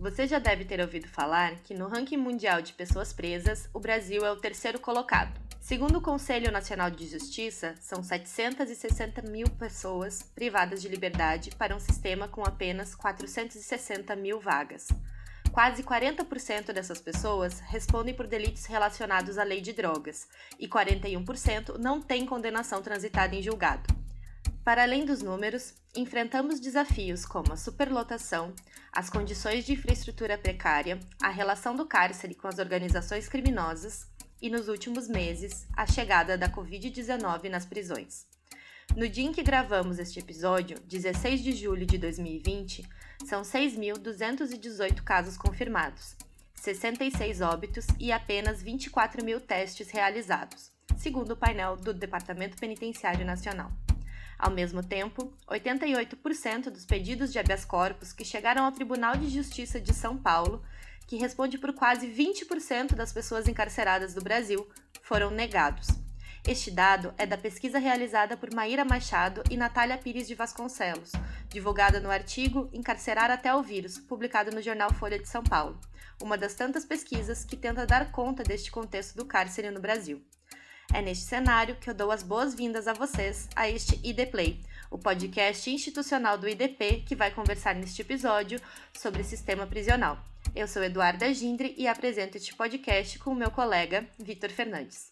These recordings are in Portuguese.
Você já deve ter ouvido falar que no ranking mundial de pessoas presas, o Brasil é o terceiro colocado. Segundo o Conselho Nacional de Justiça, são 760 mil pessoas privadas de liberdade para um sistema com apenas 460 mil vagas. Quase 40% dessas pessoas respondem por delitos relacionados à lei de drogas e 41% não têm condenação transitada em julgado. Para além dos números, enfrentamos desafios como a superlotação, as condições de infraestrutura precária, a relação do cárcere com as organizações criminosas e, nos últimos meses, a chegada da Covid-19 nas prisões. No dia em que gravamos este episódio, 16 de julho de 2020, são 6.218 casos confirmados, 66 óbitos e apenas 24 mil testes realizados, segundo o painel do Departamento Penitenciário Nacional. Ao mesmo tempo, 88% dos pedidos de habeas corpus que chegaram ao Tribunal de Justiça de São Paulo, que responde por quase 20% das pessoas encarceradas do Brasil, foram negados. Este dado é da pesquisa realizada por Maíra Machado e Natália Pires de Vasconcelos, divulgada no artigo Encarcerar até o Vírus, publicado no jornal Folha de São Paulo, uma das tantas pesquisas que tenta dar conta deste contexto do cárcere no Brasil. É neste cenário que eu dou as boas-vindas a vocês a este ID Play, o podcast institucional do IDP que vai conversar neste episódio sobre sistema prisional. Eu sou Eduarda Gindre e apresento este podcast com o meu colega Vitor Fernandes.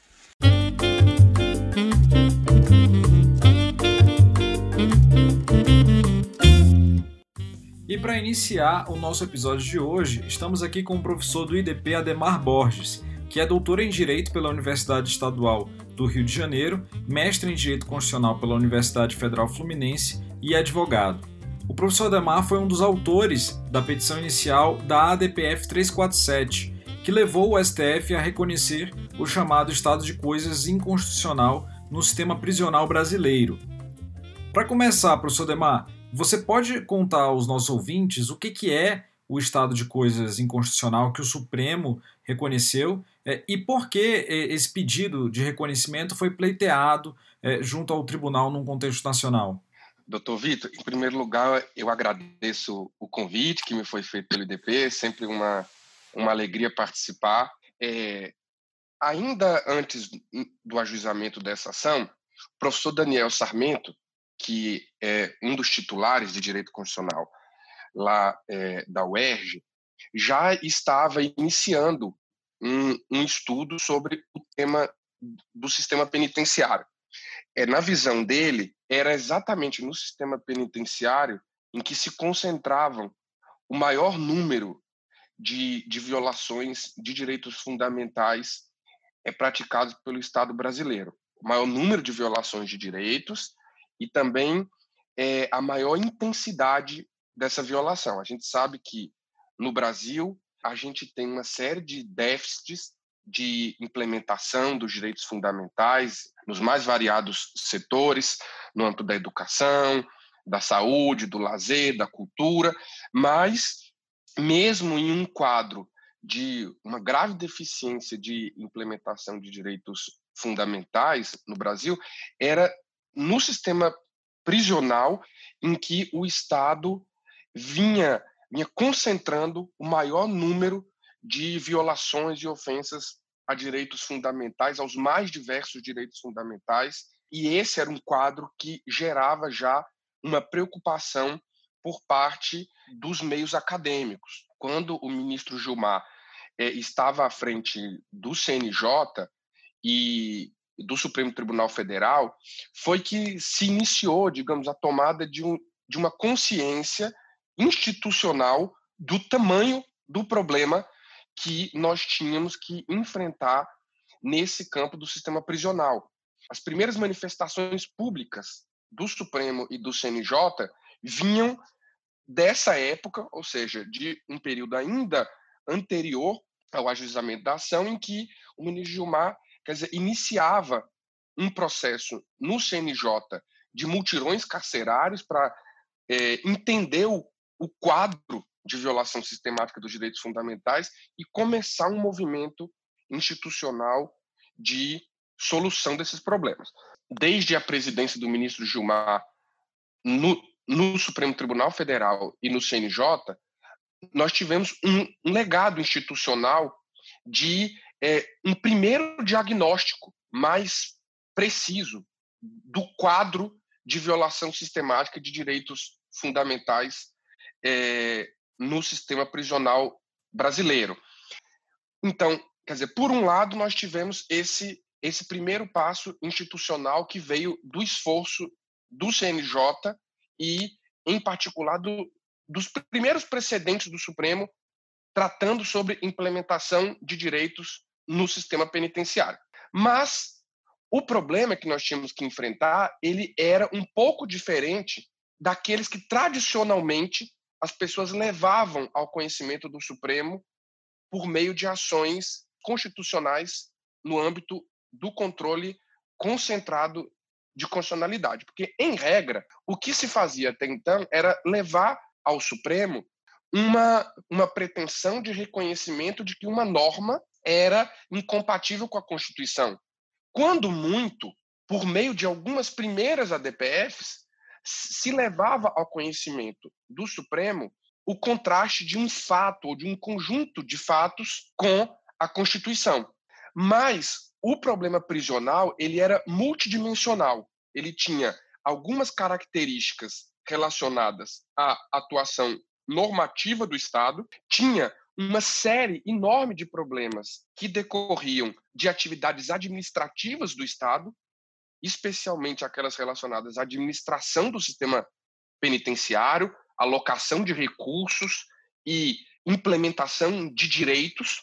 E para iniciar o nosso episódio de hoje, estamos aqui com o professor do IDP, Ademar Borges, que é doutor em Direito pela Universidade Estadual do Rio de Janeiro, mestre em Direito Constitucional pela Universidade Federal Fluminense e advogado. O professor Ademar foi um dos autores da petição inicial da ADPF 347, que levou o STF a reconhecer o chamado estado de coisas inconstitucional no sistema prisional brasileiro. Para começar, professor Ademar, você pode contar aos nossos ouvintes o que é o estado de coisas inconstitucional que o Supremo reconheceu e por que esse pedido de reconhecimento foi pleiteado junto ao tribunal num contexto nacional? Doutor Vitor, em primeiro lugar, eu agradeço o convite que me foi feito pelo IDP, sempre uma alegria participar. Ainda antes do ajuizamento dessa ação, o professor Daniel Sarmento, que é um dos titulares de Direito Constitucional lá da UERJ, já estava iniciando um estudo sobre o tema do sistema penitenciário. Na visão dele, era exatamente no sistema penitenciário em que se concentravam o maior número de violações de direitos fundamentais praticados pelo Estado brasileiro. O maior número de violações de direitos e também a maior intensidade dessa violação. A gente sabe que, no Brasil, a gente tem uma série de déficits de implementação dos direitos fundamentais nos mais variados setores, no âmbito da educação, da saúde, do lazer, da cultura, mas mesmo em um quadro de uma grave deficiência de implementação de direitos fundamentais no Brasil, era no sistema prisional em que o Estado vinha concentrando o maior número de violações e ofensas a direitos fundamentais, aos mais diversos direitos fundamentais, e esse era um quadro que gerava já uma preocupação por parte dos meios acadêmicos. Quando o ministro Gilmar estava à frente do CNJ e do Supremo Tribunal Federal, foi que se iniciou, digamos, a tomada de uma consciência institucional do tamanho do problema que nós tínhamos que enfrentar nesse campo do sistema prisional. As primeiras manifestações públicas do Supremo e do CNJ vinham dessa época, ou seja, de um período ainda anterior ao ajuizamento da ação, em que o ministro Gilmar, iniciava um processo no CNJ de mutirões carcerários para entender o quadro de violação sistemática dos direitos fundamentais e começar um movimento institucional de solução desses problemas. Desde a presidência do ministro Gilmar no Supremo Tribunal Federal e no CNJ, nós tivemos um legado institucional de um primeiro diagnóstico mais preciso do quadro de violação sistemática de direitos fundamentais no sistema prisional brasileiro. Então, quer dizer, por um lado, nós tivemos esse primeiro passo institucional que veio do esforço do CNJ e, em particular, dos primeiros precedentes do Supremo tratando sobre implementação de direitos no sistema penitenciário. Mas o problema que nós tínhamos que enfrentar, ele era um pouco diferente daqueles que tradicionalmente as pessoas levavam ao conhecimento do Supremo por meio de ações constitucionais no âmbito do controle concentrado de constitucionalidade. Porque, em regra, o que se fazia até então era levar ao Supremo uma pretensão de reconhecimento de que uma norma era incompatível com a Constituição. Quando muito, por meio de algumas primeiras ADPFs, se levava ao conhecimento do Supremo o contraste de um fato ou de um conjunto de fatos com a Constituição. Mas o problema prisional, ele era multidimensional. Ele tinha algumas características relacionadas à atuação normativa do Estado, tinha uma série enorme de problemas que decorriam de atividades administrativas do Estado, especialmente aquelas relacionadas à administração do sistema penitenciário, alocação de recursos e implementação de direitos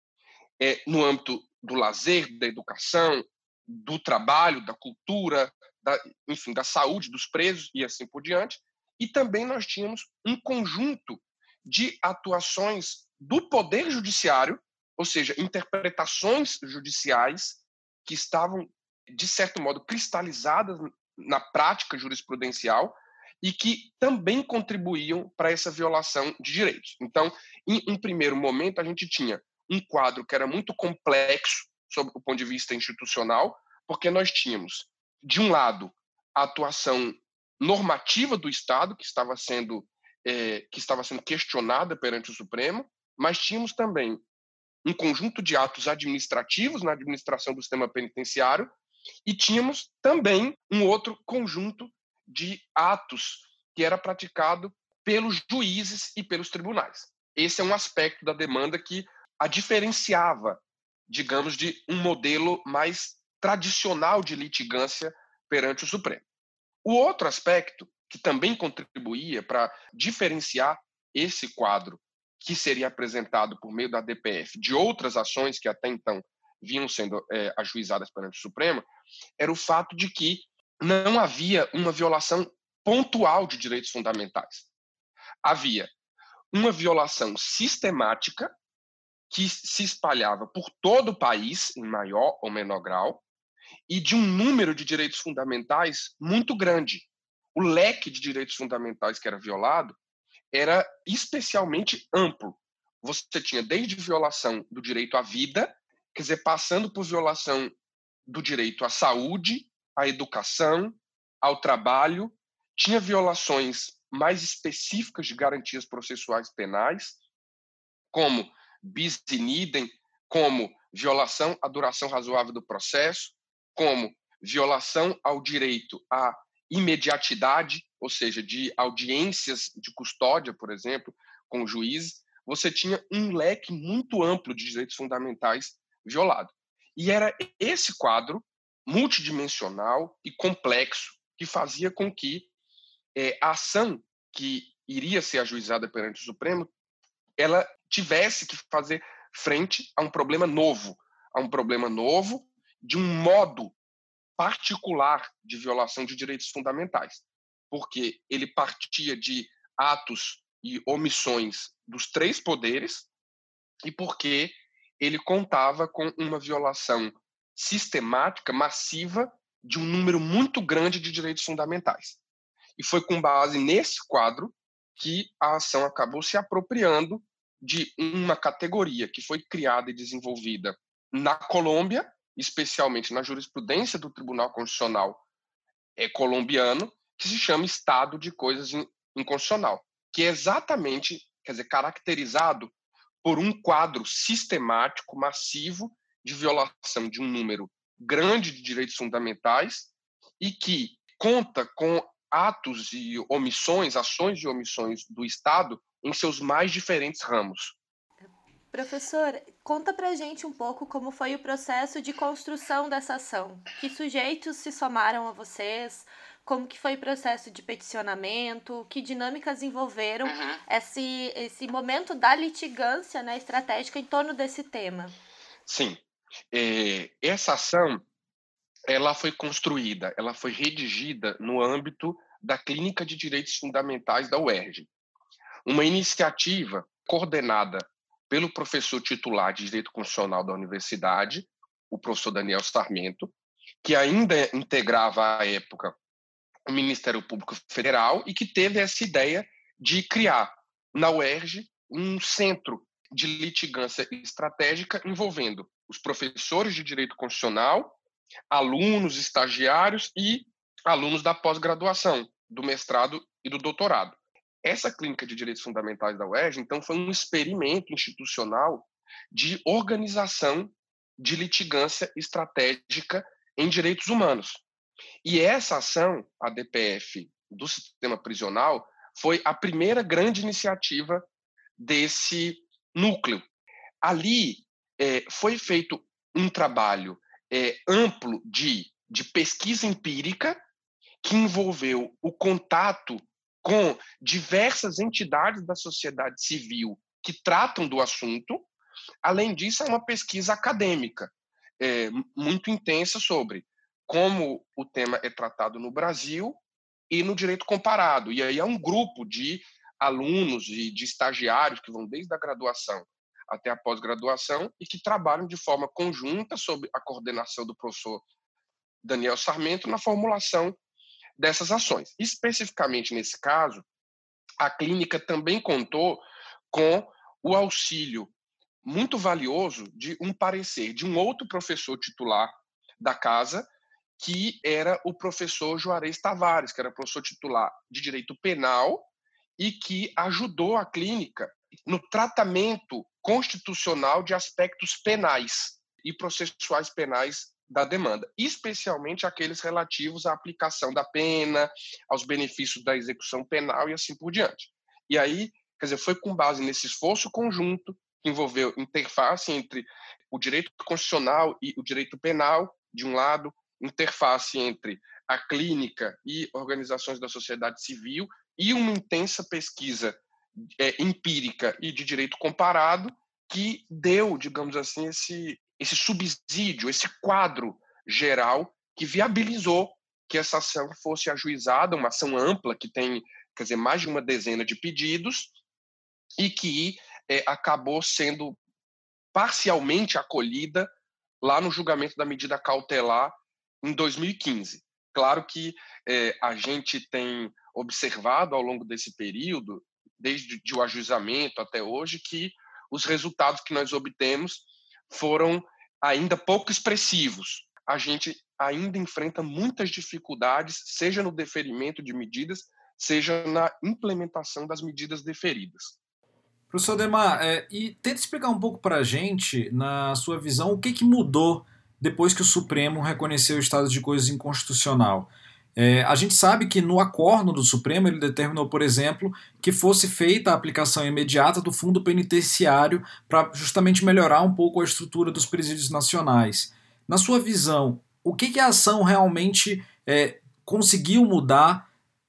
no âmbito do lazer, da educação, do trabalho, da cultura, enfim, da saúde dos presos e assim por diante. E também nós tínhamos um conjunto de atuações do Poder Judiciário, ou seja, interpretações judiciais que estavam, de certo modo, cristalizadas na prática jurisprudencial e que também contribuíam para essa violação de direitos. Então, em um primeiro momento, a gente tinha um quadro que era muito complexo sob o ponto de vista institucional, porque nós tínhamos, de um lado, a atuação normativa do Estado, que estava sendo questionada perante o Supremo, mas tínhamos também um conjunto de atos administrativos na administração do sistema penitenciário e tínhamos também um outro conjunto de atos que era praticado pelos juízes e pelos tribunais. Esse é um aspecto da demanda que a diferenciava, digamos, de um modelo mais tradicional de litigância perante o Supremo. O outro aspecto que também contribuía para diferenciar esse quadro que seria apresentado por meio da DPF de outras ações que até então vinham sendo ajuizadas perante o Supremo, era o fato de que não havia uma violação pontual de direitos fundamentais. Havia uma violação sistemática que se espalhava por todo o país, em maior ou menor grau, e de um número de direitos fundamentais muito grande. O leque de direitos fundamentais que era violado era especialmente amplo. Você tinha desde violação do direito à vida, quer dizer, passando por violação do direito à saúde, à educação, ao trabalho, tinha violações mais específicas de garantias processuais penais, como bis in idem, como violação à duração razoável do processo, como violação ao direito à imediatidade, ou seja, de audiências de custódia, por exemplo, com juízes. Você tinha um leque muito amplo de direitos fundamentais violado. E era esse quadro multidimensional e complexo que fazia com que a ação que iria ser ajuizada perante o Supremo, ela tivesse que fazer frente a um problema novo de um modo particular de violação de direitos fundamentais, porque ele partia de atos e omissões dos três poderes e porque ele contava com uma violação sistemática, massiva, de um número muito grande de direitos fundamentais. E foi com base nesse quadro que a ação acabou se apropriando de uma categoria que foi criada e desenvolvida na Colômbia, especialmente na jurisprudência do Tribunal Constitucional colombiano, que se chama Estado de Coisas Inconstitucional, que é exatamente quer dizer, caracterizado por um quadro sistemático, massivo, de violação de um número grande de direitos fundamentais e que conta com atos e omissões, ações e omissões do Estado em seus mais diferentes ramos. Professor, conta pra gente um pouco como foi o processo de construção dessa ação. Que sujeitos se somaram a vocês? Como que foi o processo de peticionamento? Que dinâmicas envolveram esse momento da litigância, né, estratégica em torno desse tema? Sim, essa ação ela foi construída, ela foi redigida no âmbito da Clínica de Direitos Fundamentais da UERJ, uma iniciativa coordenada pelo professor titular de Direito Constitucional da universidade, o professor Daniel Sarmento, que ainda integrava à época o Ministério Público Federal e que teve essa ideia de criar na UERJ um centro de litigância estratégica envolvendo os professores de Direito Constitucional, alunos, estagiários e alunos da pós-graduação, do mestrado e do doutorado. Essa clínica de direitos fundamentais da UERJ, então, foi um experimento institucional de organização de litigância estratégica em direitos humanos. E essa ação, a DPF do sistema prisional, foi a primeira grande iniciativa desse núcleo. Ali foi feito um trabalho amplo de pesquisa empírica que envolveu o contato com diversas entidades da sociedade civil que tratam do assunto. Além disso, é uma pesquisa acadêmica muito intensa sobre como o tema é tratado no Brasil e no direito comparado. E aí é um grupo de alunos e de estagiários que vão desde a graduação até a pós-graduação e que trabalham de forma conjunta sob a coordenação do professor Daniel Sarmento na formulação dessas ações. Especificamente nesse caso, a clínica também contou com o auxílio muito valioso de um parecer de um outro professor titular da casa, que era o professor Juarez Tavares, que era professor titular de Direito Penal e que ajudou a clínica no tratamento constitucional de aspectos penais e processuais penais da demanda, especialmente aqueles relativos à aplicação da pena, aos benefícios da execução penal e assim por diante. E aí, quer dizer, foi com base nesse esforço conjunto que envolveu interface entre o direito constitucional e o direito penal, de um lado, interface entre a clínica e organizações da sociedade civil e uma intensa pesquisa empírica e de direito comparado que deu, digamos assim, esse subsídio, esse quadro geral que viabilizou que essa ação fosse ajuizada, uma ação ampla que tem, quer dizer, mais de uma dezena de pedidos e que acabou sendo parcialmente acolhida lá no julgamento da medida cautelar em 2015. Claro que a gente tem observado ao longo desse período, desde o ajuizamento até hoje, que os resultados que nós obtemos foram ainda pouco expressivos. A gente ainda enfrenta muitas dificuldades, seja no deferimento de medidas, seja na implementação das medidas deferidas. Professor Ademar, e tenta explicar um pouco para a gente, na sua visão, o que mudou depois que o Supremo reconheceu o estado de coisas inconstitucional. A gente sabe que no acórdão do Supremo ele determinou, por exemplo, que fosse feita a aplicação imediata do fundo penitenciário para justamente melhorar um pouco a estrutura dos presídios nacionais. Na sua visão, o que a ação realmente conseguiu mudar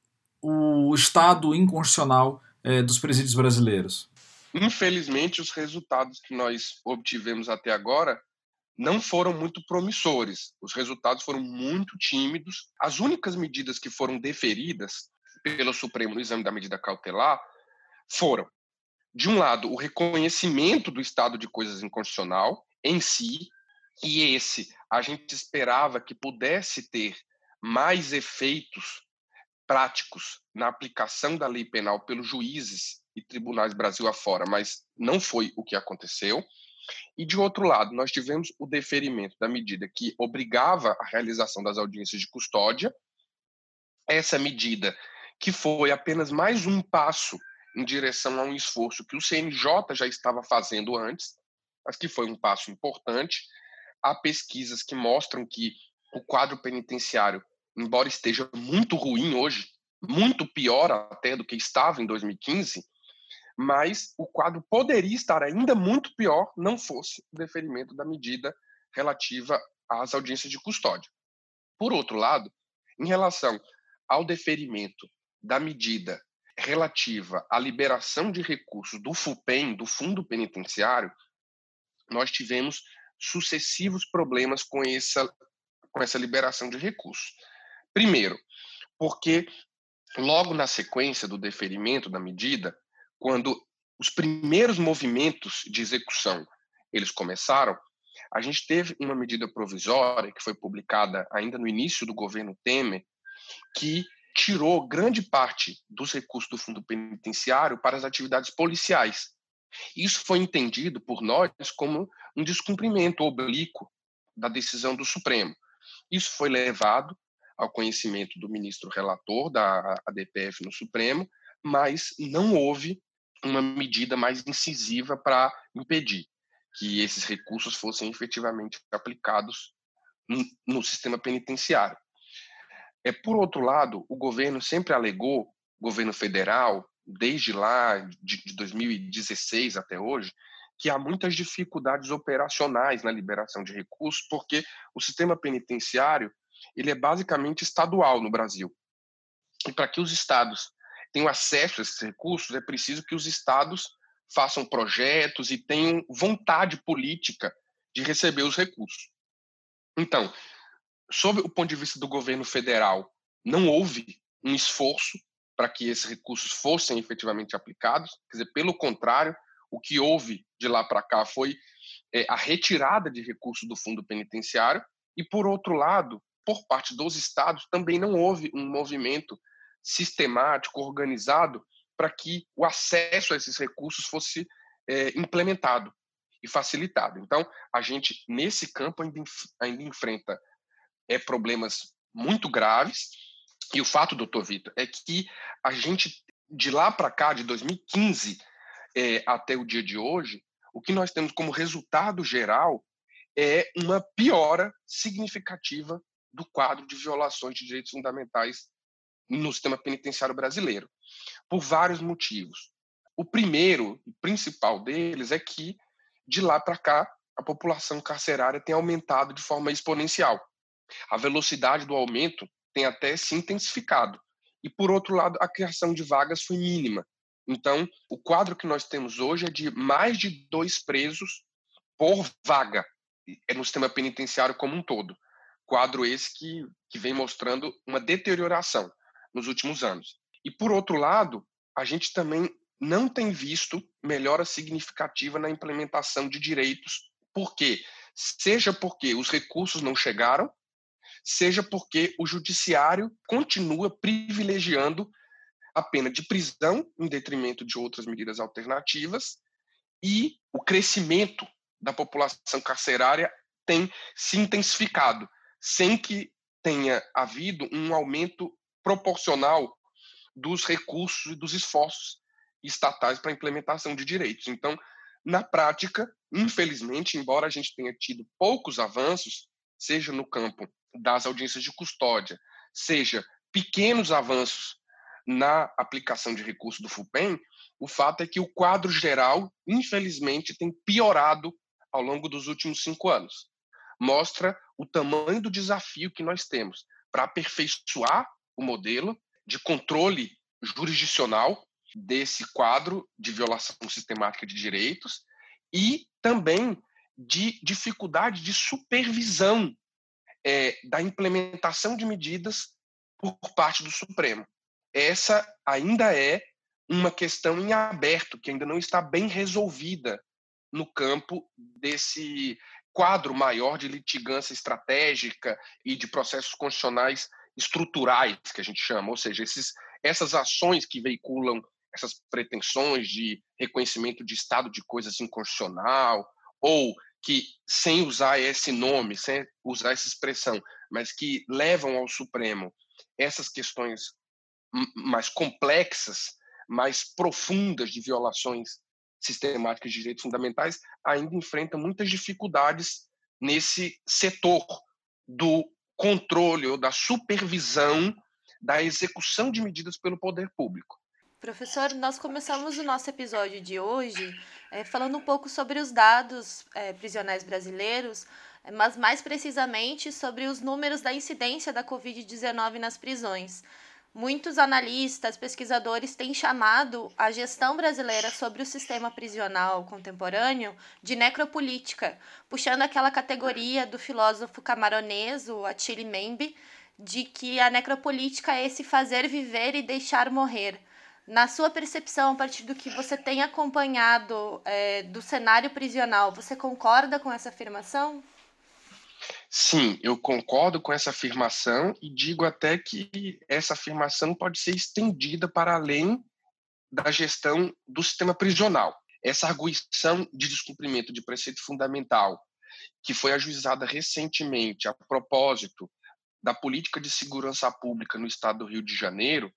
o estado inconstitucional dos presídios brasileiros? Infelizmente, os resultados que nós obtivemos até agora não foram muito promissores. Os resultados foram muito tímidos. As únicas medidas que foram deferidas pelo Supremo no exame da medida cautelar foram, de um lado, o reconhecimento do estado de coisas inconstitucional em si, e esse a gente esperava que pudesse ter mais efeitos práticos na aplicação da lei penal pelos juízes e tribunais Brasil afora, mas não foi o que aconteceu. E, de outro lado, nós tivemos o deferimento da medida que obrigava a realização das audiências de custódia. Essa medida, que foi apenas mais um passo em direção a um esforço que o CNJ já estava fazendo antes, mas que foi um passo importante. Há pesquisas que mostram que o quadro penitenciário, embora esteja muito ruim hoje, muito pior até do que estava em 2015, mas o quadro poderia estar ainda muito pior não fosse o deferimento da medida relativa às audiências de custódia. Por outro lado, em relação ao deferimento da medida relativa à liberação de recursos do FUPEN, do Fundo Penitenciário, nós tivemos sucessivos problemas com essa liberação de recursos. Primeiro, porque logo na sequência do deferimento da medida, quando os primeiros movimentos de execução eles começaram, a gente teve uma medida provisória que foi publicada ainda no início do governo Temer, que tirou grande parte dos recursos do fundo penitenciário para as atividades policiais. Isso foi entendido por nós como um descumprimento oblíquo da decisão do Supremo. Isso foi levado ao conhecimento do ministro relator da ADPF no Supremo, mas não houve uma medida mais incisiva para impedir que esses recursos fossem efetivamente aplicados no sistema penitenciário. Por outro lado, o governo sempre alegou, o governo federal, desde lá de 2016 até hoje, que há muitas dificuldades operacionais na liberação de recursos, porque o sistema penitenciário ele é basicamente estadual no Brasil. E para que os estados tenham acesso a esses recursos, é preciso que os estados façam projetos e tenham vontade política de receber os recursos. Então, sob o ponto de vista do governo federal, não houve um esforço para que esses recursos fossem efetivamente aplicados. Quer dizer, pelo contrário, o que houve de lá para cá foi a retirada de recursos do fundo penitenciário e, por outro lado, por parte dos estados, também não houve um movimento sistemático, organizado, para que o acesso a esses recursos fosse implementado e facilitado. Então, a gente, nesse campo, ainda enfrenta problemas muito graves. E o fato, doutor Vitor, é que a gente, de lá para cá, de 2015 até o dia de hoje, o que nós temos como resultado geral é uma piora significativa do quadro de violações de direitos fundamentais no sistema penitenciário brasileiro, por vários motivos. O primeiro e principal deles é que, de lá para cá, a população carcerária tem aumentado de forma exponencial. A velocidade do aumento tem até se intensificado. E, por outro lado, a criação de vagas foi mínima. Então, o quadro que nós temos hoje é de mais de 2 presos por vaga no sistema penitenciário como um todo. Quadro esse que vem mostrando uma deterioração nos últimos anos. E, por outro lado, a gente também não tem visto melhora significativa na implementação de direitos. Por quê? Seja porque os recursos não chegaram, seja porque o judiciário continua privilegiando a pena de prisão em detrimento de outras medidas alternativas e o crescimento da população carcerária tem se intensificado, sem que tenha havido um aumento proporcional dos recursos e dos esforços estatais para a implementação de direitos. Então, na prática, infelizmente, embora a gente tenha tido poucos avanços, seja no campo das audiências de custódia, seja pequenos avanços na aplicação de recursos do FUPEN, o fato é que o quadro geral, infelizmente, tem piorado ao longo dos últimos 5 anos. Mostra o tamanho do desafio que nós temos para aperfeiçoar o modelo de controle jurisdicional desse quadro de violação sistemática de direitos e também de dificuldade de supervisão da implementação de medidas por parte do Supremo. Essa ainda é uma questão em aberto, que ainda não está bem resolvida no campo desse quadro maior de litigância estratégica e de processos constitucionais estruturais, que a gente chama, ou seja, essas ações que veiculam essas pretensões de reconhecimento de estado de coisas inconstitucional, ou que, sem usar esse nome, sem usar essa expressão, mas que levam ao Supremo essas questões mais complexas, mais profundas de violações sistemáticas de direitos fundamentais, ainda enfrentam muitas dificuldades nesse setor do controle ou da supervisão da execução de medidas pelo poder público. Professor, nós começamos o nosso episódio de hoje falando um pouco sobre os dados prisionais brasileiros, mas mais precisamente sobre os números da incidência da Covid-19 nas prisões. Muitos analistas, pesquisadores têm chamado a gestão brasileira sobre o sistema prisional contemporâneo de necropolítica, puxando aquela categoria do filósofo camaronês, o Achille Mbembe, de que a necropolítica é esse fazer viver e deixar morrer. Na sua percepção, a partir do que você tem acompanhado do cenário prisional, você concorda com essa afirmação? Sim, eu concordo com essa afirmação e digo até que essa afirmação pode ser estendida para além da gestão do sistema prisional. Essa arguição de descumprimento de preceito fundamental, que foi ajuizada recentemente a propósito da política de segurança pública no estado do Rio de Janeiro,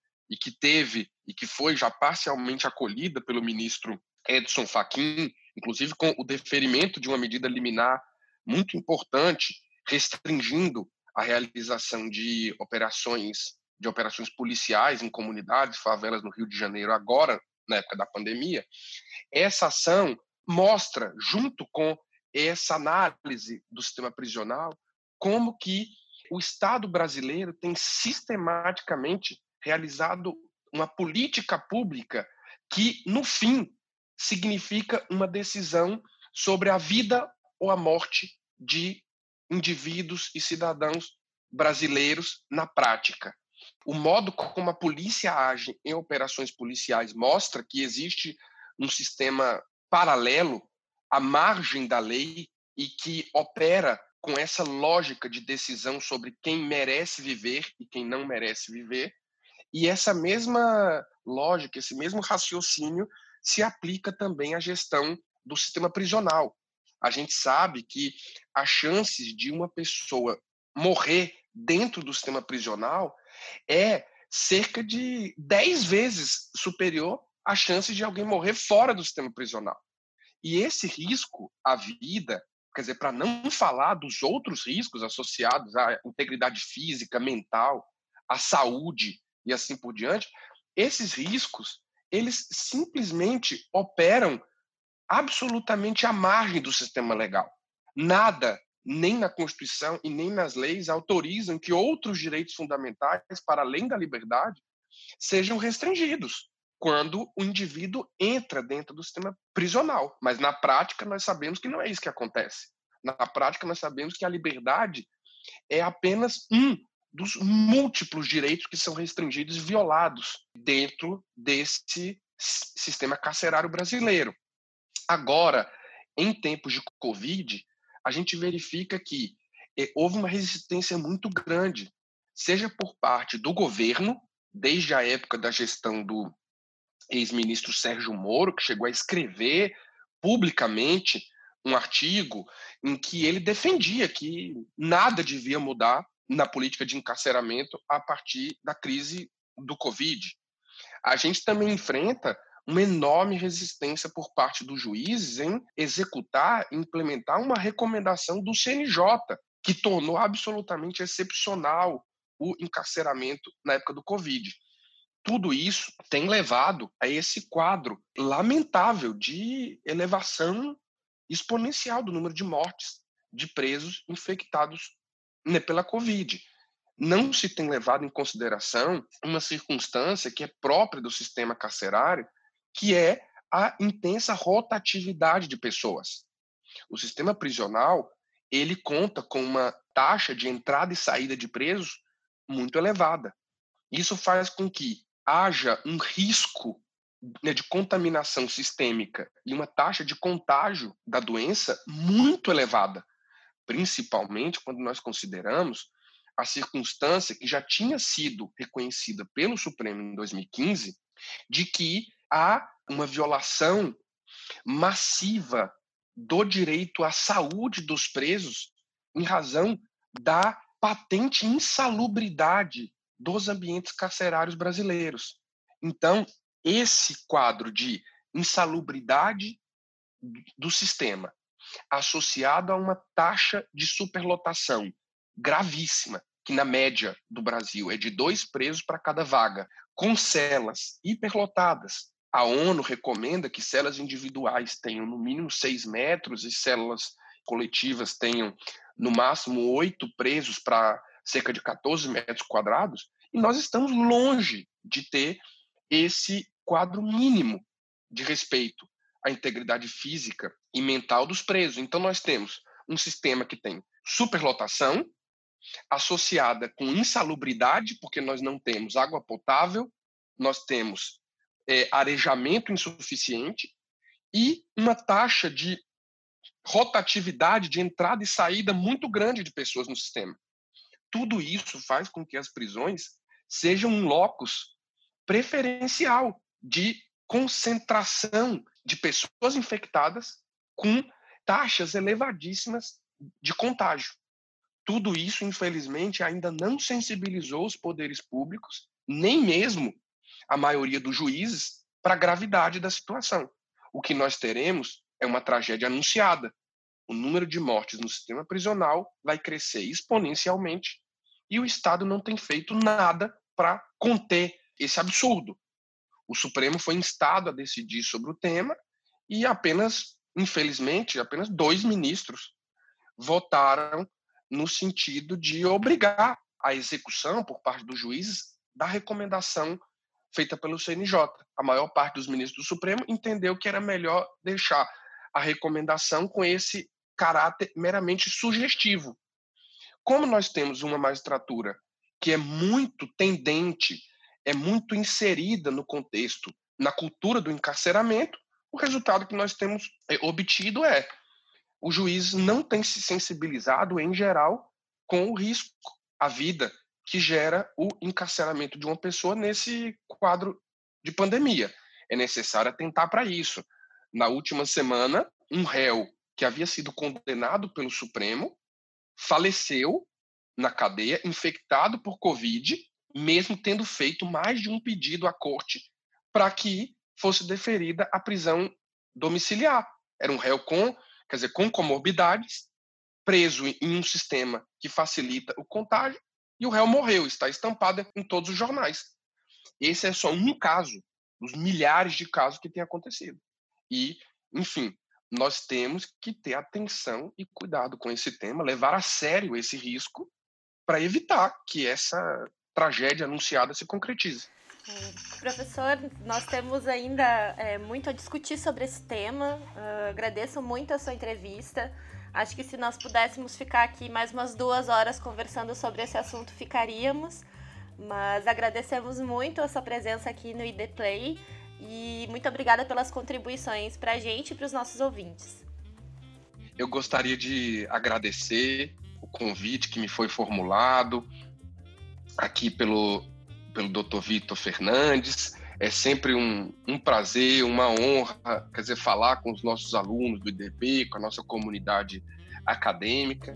e que foi já parcialmente acolhida pelo ministro Edson Fachin, inclusive com o deferimento de uma medida liminar muito importante, restringindo a realização de operações policiais em comunidades, favelas no Rio de Janeiro, agora, na época da pandemia. Essa ação mostra, junto com essa análise do sistema prisional, como que o Estado brasileiro tem sistematicamente realizado uma política pública que, no fim, significa uma decisão sobre a vida ou a morte de indivíduos e cidadãos brasileiros na prática. O modo como a polícia age em operações policiais mostra que existe um sistema paralelo à margem da lei e que opera com essa lógica de decisão sobre quem merece viver e quem não merece viver. E essa mesma lógica, esse mesmo raciocínio se aplica também à gestão do sistema prisional. A gente sabe que as chances de uma pessoa morrer dentro do sistema prisional é cerca de 10 vezes superior às chances de alguém morrer fora do sistema prisional. E esse risco à vida, quer dizer, para não falar dos outros riscos associados à integridade física, mental, à saúde e assim por diante, esses riscos, eles simplesmente operam absolutamente à margem do sistema legal. Nada, nem na Constituição e nem nas leis, autorizam que outros direitos fundamentais, para além da liberdade, sejam restringidos quando o indivíduo entra dentro do sistema prisional. Mas, na prática, nós sabemos que não é isso que acontece. Na prática, nós sabemos que a liberdade é apenas um dos múltiplos direitos que são restringidos e violados dentro desse sistema carcerário brasileiro. Agora, em tempos de Covid, a gente verifica que houve uma resistência muito grande, seja por parte do governo, desde a época da gestão do ex-ministro Sérgio Moro, que chegou a escrever publicamente um artigo em que ele defendia que nada devia mudar na política de encarceramento a partir da crise do Covid. A gente também enfrenta uma enorme resistência por parte dos juízes em executar e implementar uma recomendação do CNJ, que tornou absolutamente excepcional o encarceramento na época do Covid. Tudo isso tem levado a esse quadro lamentável de elevação exponencial do número de mortes de presos infectados pela Covid. Não se tem levado em consideração uma circunstância que é própria do sistema carcerário, que é a intensa rotatividade de pessoas. O sistema prisional, ele conta com uma taxa de entrada e saída de presos muito elevada. Isso faz com que haja um risco de contaminação sistêmica e uma taxa de contágio da doença muito elevada, principalmente quando nós consideramos a circunstância que já tinha sido reconhecida pelo Supremo em 2015, de que há uma violação massiva do direito à saúde dos presos em razão da patente insalubridade dos ambientes carcerários brasileiros. Então, esse quadro de insalubridade do sistema, associado a uma taxa de superlotação gravíssima, que na média do Brasil é de 2 presos para cada vaga, com celas hiperlotadas. A ONU recomenda que celas individuais tenham no mínimo 6 metros e células coletivas tenham no máximo 8 presos para cerca de 14 metros quadrados, e nós estamos longe de ter esse quadro mínimo de respeito à integridade física e mental dos presos. Então, nós temos um sistema que tem superlotação, associada com insalubridade, porque nós não temos água potável, nós temos arejamento insuficiente e uma taxa de rotatividade de entrada e saída muito grande de pessoas no sistema. Tudo isso faz com que as prisões sejam um locus preferencial de concentração de pessoas infectadas com taxas elevadíssimas de contágio. Tudo isso, infelizmente, ainda não sensibilizou os poderes públicos, nem mesmo a maioria dos juízes, para a gravidade da situação. O que nós teremos é uma tragédia anunciada. O número de mortes no sistema prisional vai crescer exponencialmente e o Estado não tem feito nada para conter esse absurdo. O Supremo foi instado a decidir sobre o tema e infelizmente, apenas 2 ministros votaram no sentido de obrigar a execução por parte dos juízes da recomendação feita pelo CNJ. A maior parte dos ministros do Supremo entendeu que era melhor deixar a recomendação com esse caráter meramente sugestivo. Como nós temos uma magistratura que é muito tendente, é muito inserida no contexto, na cultura do encarceramento, o resultado que nós temos obtido é o juiz não tem se sensibilizado, em geral, com o risco, a vida que gera o encarceramento de uma pessoa nesse quadro de pandemia. É necessário atentar para isso. Na última semana, um réu que havia sido condenado pelo Supremo faleceu na cadeia, infectado por Covid, mesmo tendo feito mais de um pedido à corte para que fosse deferida a prisão domiciliar. Era um réu com comorbidades, preso em um sistema que facilita o contágio, e o réu morreu, está estampado em todos os jornais. Esse é só um caso, dos milhares de casos que têm acontecido. E, enfim, nós temos que ter atenção e cuidado com esse tema, levar a sério esse risco para evitar que essa tragédia anunciada se concretize. Professor, nós temos ainda muito a discutir sobre esse tema. Agradeço muito a sua entrevista. Acho que se nós pudéssemos ficar aqui mais umas 2 horas conversando sobre esse assunto, ficaríamos. Mas agradecemos muito a sua presença aqui no ID Play e muito obrigada pelas contribuições para a gente e para os nossos ouvintes. Eu gostaria de agradecer o convite que me foi formulado aqui pelo Dr. Vitor Fernandes. É sempre um prazer, uma honra, falar com os nossos alunos do IDP, com a nossa comunidade acadêmica.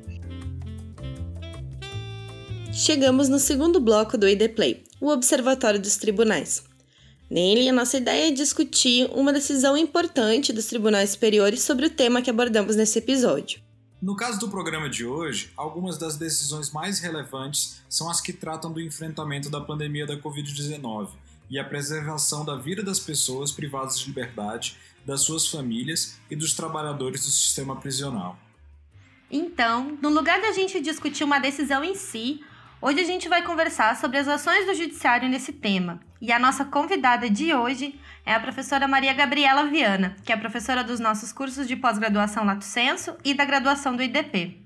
Chegamos no segundo bloco do ID Play, o Observatório dos Tribunais. Nele, a nossa ideia é discutir uma decisão importante dos tribunais superiores sobre o tema que abordamos nesse episódio. No caso do programa de hoje, algumas das decisões mais relevantes são as que tratam do enfrentamento da pandemia da Covid-19 e a preservação da vida das pessoas privadas de liberdade, das suas famílias e dos trabalhadores do sistema prisional. Então, no lugar da gente discutir uma decisão em si, hoje a gente vai conversar sobre as ações do Judiciário nesse tema. E a nossa convidada de hoje é a professora Maria Gabriela Viana, que é professora dos nossos cursos de pós-graduação Lato Sensu e da graduação do IDP.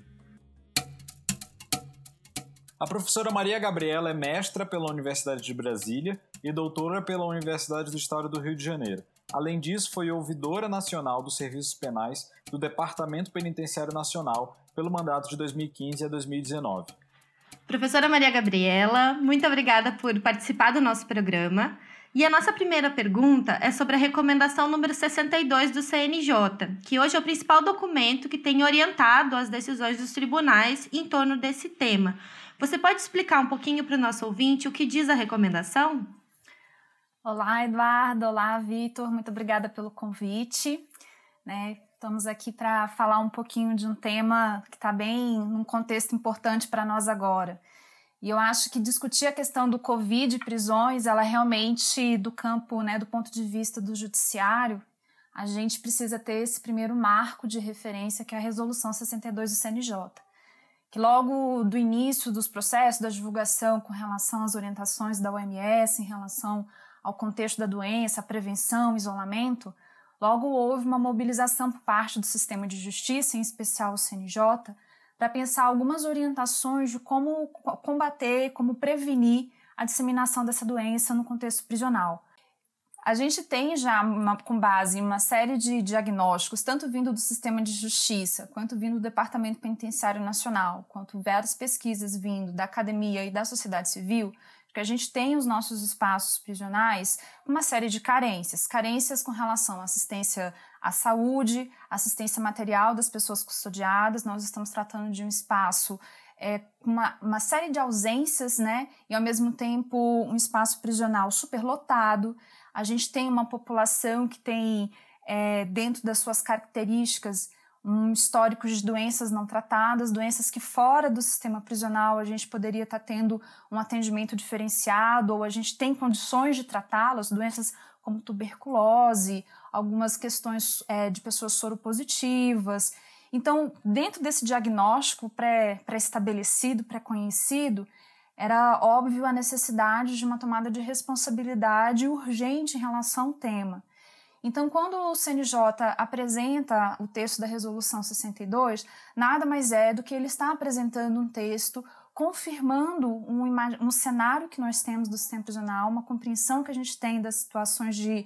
A professora Maria Gabriela é mestra pela Universidade de Brasília e doutora pela Universidade do Estado do Rio de Janeiro. Além disso, foi ouvidora nacional dos serviços penais do Departamento Penitenciário Nacional pelo mandato de 2015 a 2019. Professora Maria Gabriela, muito obrigada por participar do nosso programa. E a nossa primeira pergunta é sobre a recomendação número 62 do CNJ, que hoje é o principal documento que tem orientado as decisões dos tribunais em torno desse tema. Você pode explicar um pouquinho para o nosso ouvinte o que diz a recomendação? Olá, Eduardo. Olá, Vitor. Muito obrigada pelo convite. Estamos aqui para falar um pouquinho de um tema que está bem num contexto importante para nós agora. E eu acho que discutir a questão do Covid e prisões, ela realmente, do campo, do ponto de vista do judiciário, a gente precisa ter esse primeiro marco de referência, que é a Resolução 62 do CNJ. Que logo do início dos processos, da divulgação com relação às orientações da OMS, em relação ao contexto da doença, a prevenção, isolamento, logo houve uma mobilização por parte do sistema de justiça, em especial o CNJ, para pensar algumas orientações de como combater, como prevenir a disseminação dessa doença no contexto prisional. A gente tem já, com base em uma série de diagnósticos, tanto vindo do sistema de justiça, quanto vindo do Departamento Penitenciário Nacional, quanto várias pesquisas vindo da academia e da sociedade civil, que a gente tem os nossos espaços prisionais uma série de carências com relação à assistência à saúde, assistência material das pessoas custodiadas. Nós estamos tratando de um espaço com uma série de ausências, e ao mesmo tempo um espaço prisional superlotado. A gente tem uma população que tem, dentro das suas características, um histórico de doenças não tratadas, doenças que fora do sistema prisional a gente poderia estar tendo um atendimento diferenciado, ou a gente tem condições de tratá-las, doenças como tuberculose, algumas questões de pessoas soropositivas. Então, dentro desse diagnóstico pré-estabelecido, pré-conhecido, era óbvio a necessidade de uma tomada de responsabilidade urgente em relação ao tema. Então, quando o CNJ apresenta o texto da Resolução 62, nada mais é do que ele está apresentando um texto confirmando um cenário que nós temos do sistema prisional, uma compreensão que a gente tem das situações de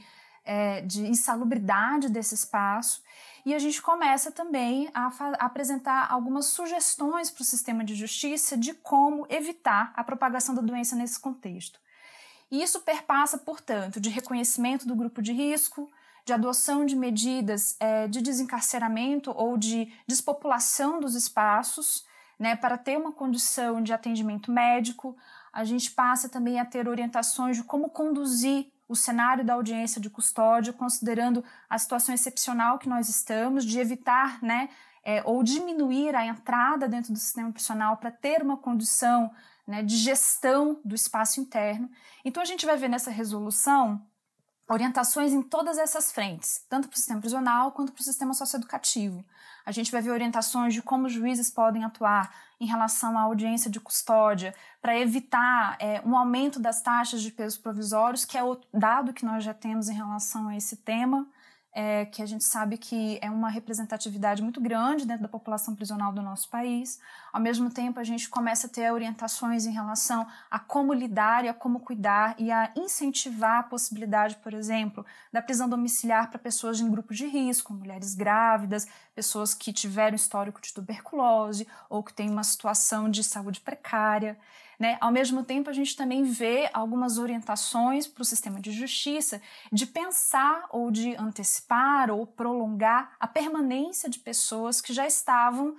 insalubridade desse espaço, e a gente começa também a apresentar algumas sugestões para o sistema de justiça de como evitar a propagação da doença nesse contexto. E isso perpassa, portanto, de reconhecimento do grupo de risco, de adoção de medidas de desencarceramento ou de despopulação dos espaços, para ter uma condição de atendimento médico. A gente passa também a ter orientações de como conduzir o cenário da audiência de custódia, considerando a situação excepcional que nós estamos, de evitar ou diminuir a entrada dentro do sistema prisional para ter uma condição de gestão do espaço interno. Então a gente vai ver nessa resolução orientações em todas essas frentes, tanto para o sistema prisional quanto para o sistema socioeducativo. A gente vai ver orientações de como os juízes podem atuar em relação à audiência de custódia para evitar um aumento das taxas de pesos provisórios, que é outro dado que nós já temos em relação a esse tema, que a gente sabe que é uma representatividade muito grande dentro da população prisional do nosso país. Ao mesmo tempo, a gente começa a ter orientações em relação a como lidar e a como cuidar e a incentivar a possibilidade, por exemplo, da prisão domiciliar para pessoas em grupo de risco, mulheres grávidas, pessoas que tiveram histórico de tuberculose ou que têm uma situação de saúde precária. Ao mesmo tempo, a gente também vê algumas orientações para o sistema de justiça de pensar ou de antecipar ou prolongar a permanência de pessoas que já estavam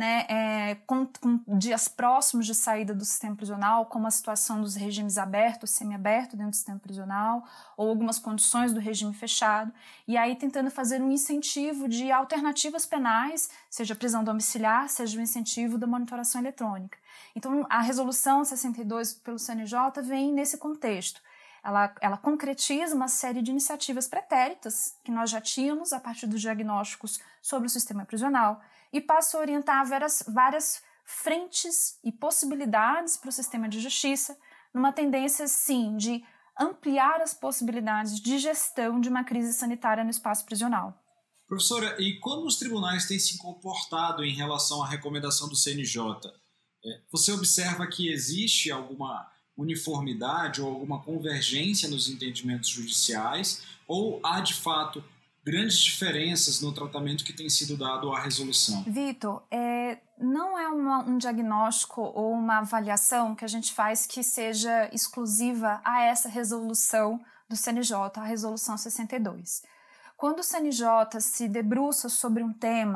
com dias próximos de saída do sistema prisional, como a situação dos regimes abertos, semiaberto dentro do sistema prisional, ou algumas condições do regime fechado, e aí tentando fazer um incentivo de alternativas penais, seja prisão domiciliar, seja o incentivo da monitoração eletrônica. Então, a Resolução 62 pelo CNJ vem nesse contexto. Ela concretiza uma série de iniciativas pretéritas que nós já tínhamos a partir dos diagnósticos sobre o sistema prisional e passa a orientar várias frentes e possibilidades para o sistema de justiça, numa tendência, sim, de ampliar as possibilidades de gestão de uma crise sanitária no espaço prisional. Professora, e como os tribunais têm se comportado em relação à recomendação do CNJ? Você observa que existe alguma uniformidade ou alguma convergência nos entendimentos judiciais, ou há, de fato, grandes diferenças no tratamento que tem sido dado à resolução? Vitor, não é um diagnóstico ou uma avaliação que a gente faz que seja exclusiva a essa resolução do CNJ, a Resolução 62. Quando o CNJ se debruça sobre um tema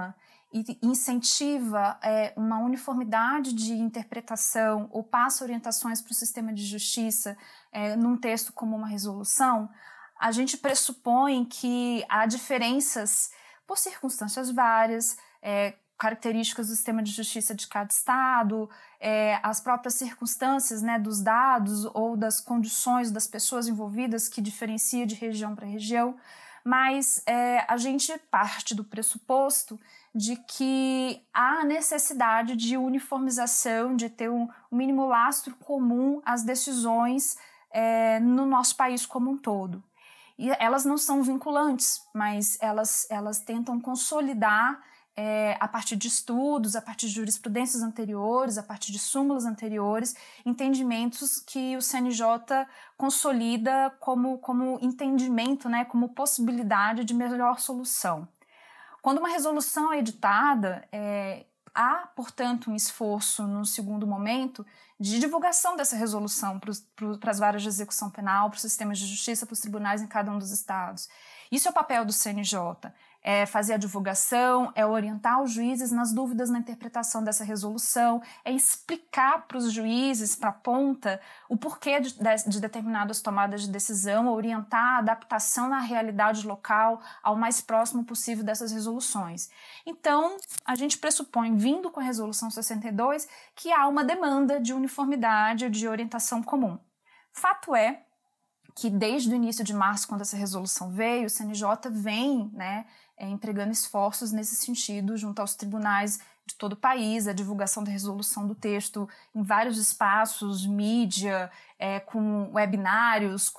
e incentiva uma uniformidade de interpretação ou passa orientações para o sistema de justiça num texto como uma resolução, a gente pressupõe que há diferenças por circunstâncias várias, características do sistema de justiça de cada estado, as próprias circunstâncias, né, dos dados ou das condições das pessoas envolvidas que diferencia de região para região, mas a gente parte do pressuposto de que há necessidade de uniformização, de ter um mínimo lastro comum às decisões no nosso país como um todo. E elas não são vinculantes, mas elas tentam consolidar a partir de estudos, a partir de jurisprudências anteriores, a partir de súmulas anteriores, entendimentos que o CNJ consolida como entendimento, né, como possibilidade de melhor solução. Quando uma resolução é editada, há, portanto, um esforço, num segundo momento, de divulgação dessa resolução para as varas de execução penal, para os sistemas de justiça, para os tribunais em cada um dos estados. Isso é o papel do CNJ. É fazer a divulgação, é orientar os juízes nas dúvidas na interpretação dessa resolução, é explicar para os juízes, para a ponta, o porquê de determinadas tomadas de decisão, orientar a adaptação na realidade local ao mais próximo possível dessas resoluções. Então, a gente pressupõe, vindo com a Resolução 62, que há uma demanda de uniformidade, de orientação comum. Fato é que desde o início de março, quando essa resolução veio, o CNJ vem, empregando esforços nesse sentido junto aos tribunais de todo o país, a divulgação da resolução do texto em vários espaços, mídia, com webinários,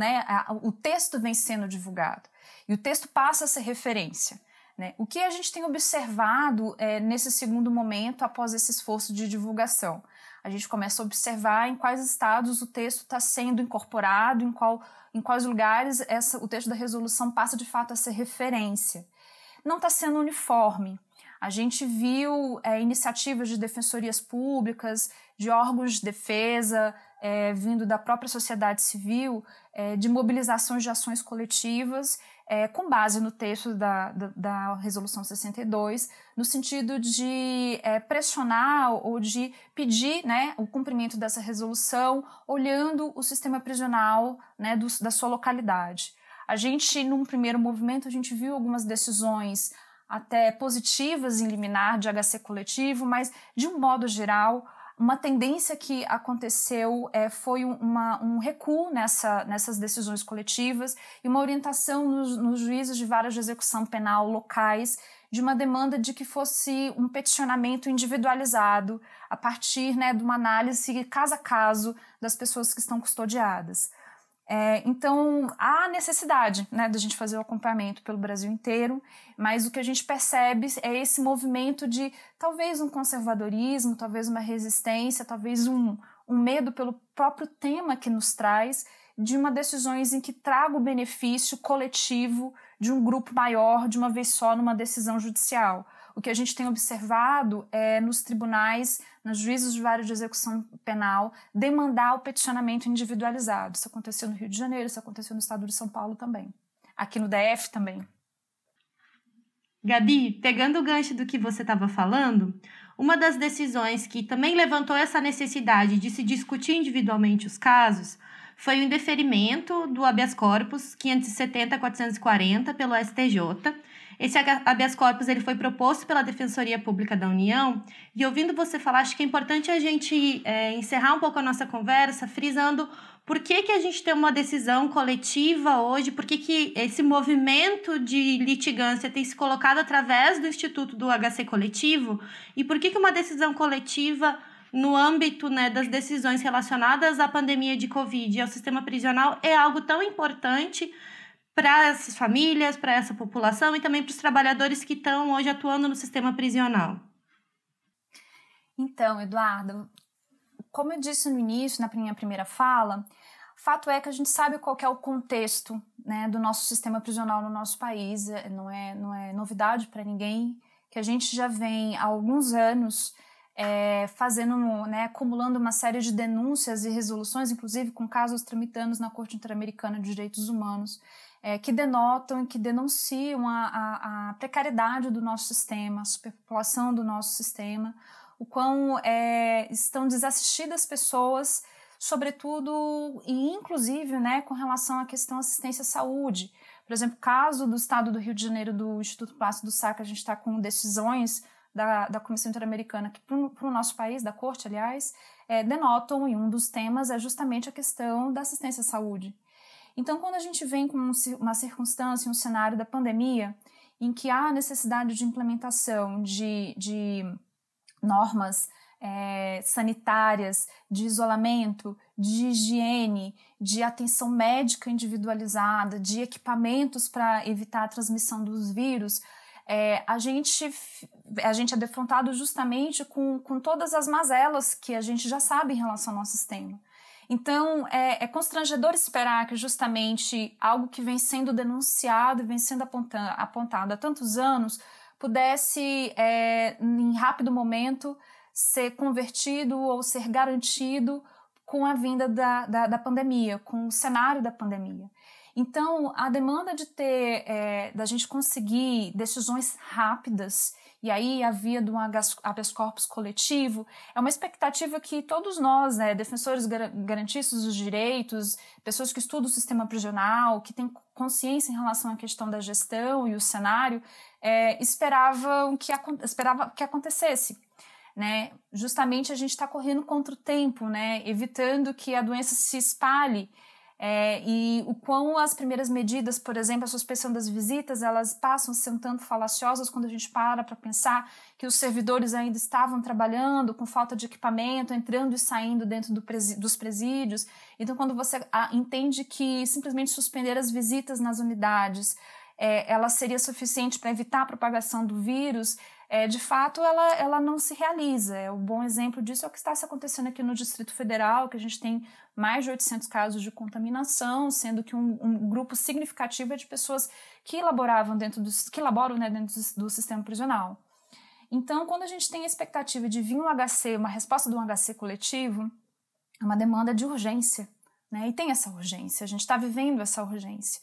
o texto vem sendo divulgado e o texto passa a ser referência. O que a gente tem observado nesse segundo momento após esse esforço de divulgação? A gente começa a observar em quais estados o texto está sendo incorporado, em quais lugares o texto da resolução passa de fato a ser referência. Não está sendo uniforme. A gente viu iniciativas de defensorias públicas, de órgãos de defesa, vindo da própria sociedade civil, de mobilizações de ações coletivas, com base no texto da Resolução 62, no sentido de pressionar ou de pedir o cumprimento dessa resolução, olhando o sistema prisional da sua localidade. A gente, num primeiro movimento, a gente viu algumas decisões até positivas em liminar de HC coletivo, mas, de um modo geral, uma tendência que aconteceu foi um recuo nessas decisões coletivas e uma orientação nos juízes de varas de execução penal locais de uma demanda de que fosse um peticionamento individualizado a partir de uma análise caso a caso das pessoas que estão custodiadas. Então, há necessidade da gente fazer o acompanhamento pelo Brasil inteiro, mas o que a gente percebe é esse movimento de talvez um conservadorismo, talvez uma resistência, talvez um medo pelo próprio tema que nos traz, de uma decisões em que traga o benefício coletivo de um grupo maior de uma vez só numa decisão judicial. O que a gente tem observado é nos tribunais, nos juízos de varas de execução penal, demandar o peticionamento individualizado. Isso aconteceu no Rio de Janeiro, isso aconteceu no estado de São Paulo também. Aqui no DF também. Gabi, pegando o gancho do que você estava falando, uma das decisões que também levantou essa necessidade de se discutir individualmente os casos foi o indeferimento do habeas corpus 570-440 pelo STJ. Esse habeas corpus ele foi proposto pela Defensoria Pública da União e, ouvindo você falar, acho que é importante a gente encerrar um pouco a nossa conversa frisando por que a gente tem uma decisão coletiva hoje, por que esse movimento de litigância tem se colocado através do Instituto do HC Coletivo e por que uma decisão coletiva no âmbito das decisões relacionadas à pandemia de Covid e ao sistema prisional é algo tão importante para essas famílias, para essa população e também para os trabalhadores que estão hoje atuando no sistema prisional. Então, Eduardo, como eu disse no início, na minha primeira fala, fato é que a gente sabe qual que é o contexto do nosso sistema prisional no nosso país. Não é novidade para ninguém que a gente já vem há alguns anos acumulando uma série de denúncias e resoluções, inclusive com casos tramitando na Corte Interamericana de Direitos Humanos, que denotam e que denunciam a precariedade do nosso sistema, a superpopulação do nosso sistema, o quão estão desassistidas pessoas, sobretudo e inclusive, né, com relação à questão da assistência à saúde. Por exemplo, o caso do estado do Rio de Janeiro, do Instituto Plácido do Sá, que a gente está com decisões da Comissão Interamericana, que para o nosso país, da Corte, aliás, denotam, e um dos temas é justamente a questão da assistência à saúde. Então, quando a gente vem com uma circunstância, um cenário da pandemia, em que há necessidade de implementação de normas sanitárias, de isolamento, de higiene, de atenção médica individualizada, de equipamentos para evitar a transmissão dos vírus, a gente é defrontado justamente com todas as mazelas que a gente já sabe em relação ao nosso sistema. Então, é constrangedor esperar que justamente algo que vem sendo denunciado e vem sendo apontado há tantos anos pudesse, em rápido momento, ser convertido ou ser garantido com a vinda da pandemia, com o cenário da pandemia. Então, a demanda da gente conseguir decisões rápidas, e aí a via de um habeas corpus coletivo, é uma expectativa que todos nós, né, defensores garantistas dos direitos, pessoas que estudam o sistema prisional, que têm consciência em relação à questão da gestão e o cenário, esperava que acontecesse. Né? Justamente a gente está correndo contra o tempo, né? Evitando que a doença se espalhe, e o quão as primeiras medidas, por exemplo, a suspensão das visitas, elas passam a ser um tanto falaciosas quando a gente para pensar que os servidores ainda estavam trabalhando com falta de equipamento, entrando e saindo dentro dos presídios. Então, quando você entende que simplesmente suspender as visitas nas unidades ela seria suficiente para evitar a propagação do vírus, de fato ela não se realiza. Um bom exemplo disso é o que está se acontecendo aqui no Distrito Federal, que a gente tem mais de 800 casos de contaminação, sendo que um grupo significativo é de pessoas que laboram dentro do sistema prisional. Então, quando a gente tem a expectativa de vir uma resposta de um HC coletivo, é uma demanda de urgência, né? E tem essa urgência, a gente está vivendo essa urgência.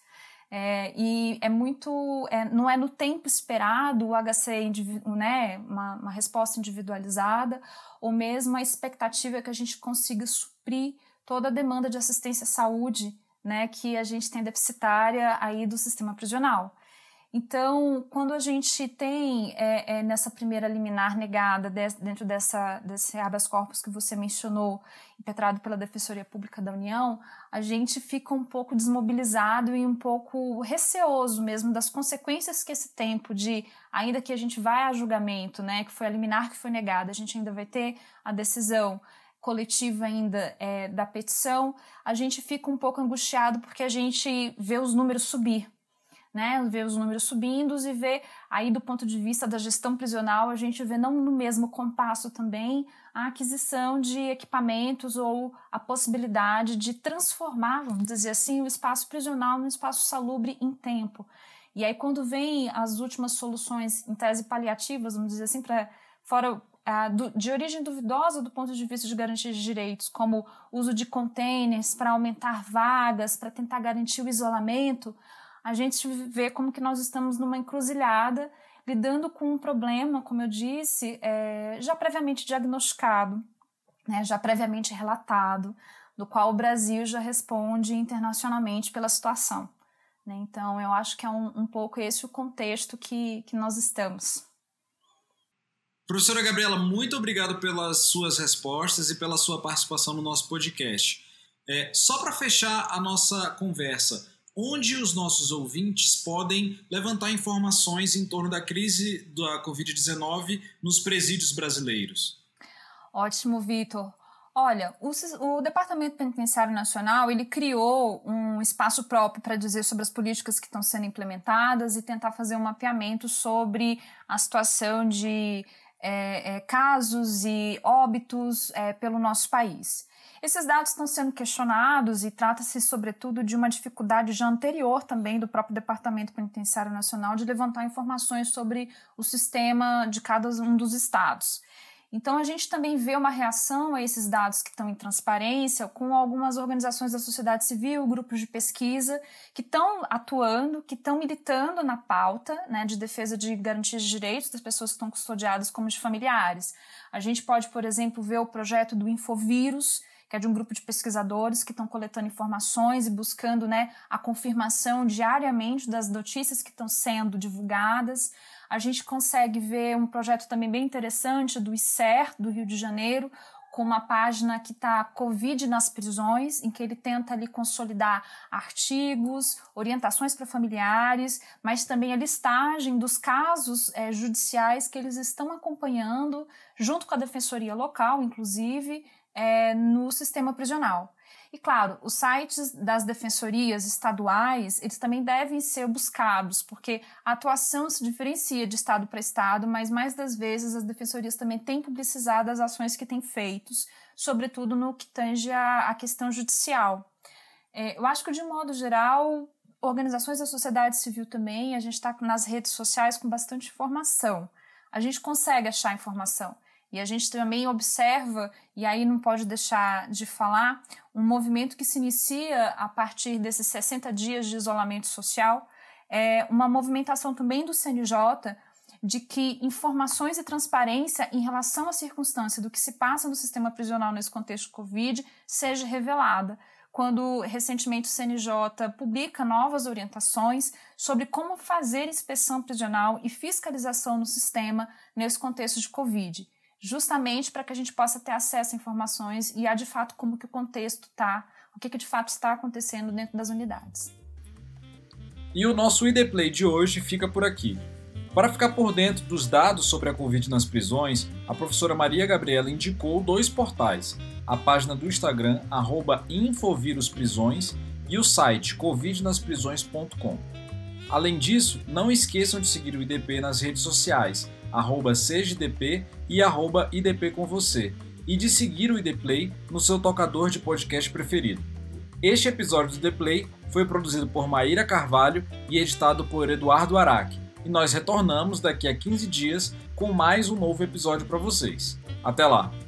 E não é no tempo esperado o HC, né, uma resposta individualizada, ou mesmo a expectativa que a gente consiga suprir toda a demanda de assistência à saúde, né, que a gente tem deficitária aí do sistema prisional. Então, quando a gente tem nessa primeira liminar negada dentro desse habeas corpus que você mencionou, impetrado pela Defensoria Pública da União, a gente fica um pouco desmobilizado e um pouco receoso mesmo das consequências que esse tempo ainda que a gente vai a julgamento, né, que foi a liminar que foi negada, a gente ainda vai ter a decisão coletiva ainda da petição, a gente fica um pouco angustiado porque a gente vê os números subir. Né, ver os números subindo e ver aí do ponto de vista da gestão prisional, a gente vê não no mesmo compasso também a aquisição de equipamentos ou a possibilidade de transformar, vamos dizer assim, o espaço prisional num espaço salubre em tempo. E aí quando vem as últimas soluções em tese paliativas, vamos dizer assim, de origem duvidosa do ponto de vista de garantia de direitos, como uso de containers para aumentar vagas, para tentar garantir o isolamento, a gente vê como que nós estamos numa encruzilhada, lidando com um problema, como eu disse, já previamente diagnosticado, né, já previamente relatado, do qual o Brasil já responde internacionalmente pela situação. Né? Então, eu acho que é um pouco esse o contexto que nós estamos. Professora Gabriela, muito obrigado pelas suas respostas e pela sua participação no nosso podcast. Só para fechar a nossa conversa, onde os nossos ouvintes podem levantar informações em torno da crise da Covid-19 nos presídios brasileiros? Ótimo, Vitor. Olha, o Departamento Penitenciário Nacional, ele criou um espaço próprio para dizer sobre as políticas que estão sendo implementadas e tentar fazer um mapeamento sobre a situação de casos e óbitos pelo nosso país. Esses dados estão sendo questionados e trata-se, sobretudo, de uma dificuldade já anterior também do próprio Departamento Penitenciário Nacional de levantar informações sobre o sistema de cada um dos estados. Então, a gente também vê uma reação a esses dados que estão em transparência com algumas organizações da sociedade civil, grupos de pesquisa, que estão atuando, que estão militando na pauta, né, de defesa de garantias de direitos das pessoas que estão custodiadas como de familiares. A gente pode, por exemplo, ver o projeto do Infovírus, que é de um grupo de pesquisadores que estão coletando informações e buscando, né, a confirmação diariamente das notícias que estão sendo divulgadas. A gente consegue ver um projeto também bem interessante do ICER, do Rio de Janeiro, com uma página que está Covid nas prisões, em que ele tenta ali consolidar artigos, orientações para familiares, mas também a listagem dos casos judiciais que eles estão acompanhando, junto com a defensoria local, inclusive, no sistema prisional. E, claro, os sites das defensorias estaduais, eles também devem ser buscados, porque a atuação se diferencia de estado para estado, mas mais das vezes as defensorias também têm publicizado as ações que têm feitos, sobretudo no que tange a questão judicial. Eu acho que, de modo geral, organizações da sociedade civil também, a gente está nas redes sociais com bastante informação. A gente consegue achar informação. E a gente também observa, e aí não pode deixar de falar, um movimento que se inicia a partir desses 60 dias de isolamento social, uma movimentação também do CNJ de que informações e transparência em relação à circunstância do que se passa no sistema prisional nesse contexto de Covid seja revelada. Quando recentemente o CNJ publica novas orientações sobre como fazer inspeção prisional e fiscalização no sistema nesse contexto de Covid. Justamente para que a gente possa ter acesso a informações e a de fato como que o contexto está, o que de fato está acontecendo dentro das unidades. E o nosso ID Play de hoje fica por aqui. Para ficar por dentro dos dados sobre a Covid nas prisões, a professora Maria Gabriela indicou 2 portais, a página do Instagram @infovirusprisões e o site covidnasprisões.com. Além disso, não esqueçam de seguir o IDP nas redes sociais, @sejidp e @idpcomvocê, e de seguir o ID Play no seu tocador de podcast preferido. Este episódio do ID Play foi produzido por Maíra Carvalho e editado por Eduardo Araque, e nós retornamos daqui a 15 dias com mais um novo episódio para vocês. Até lá!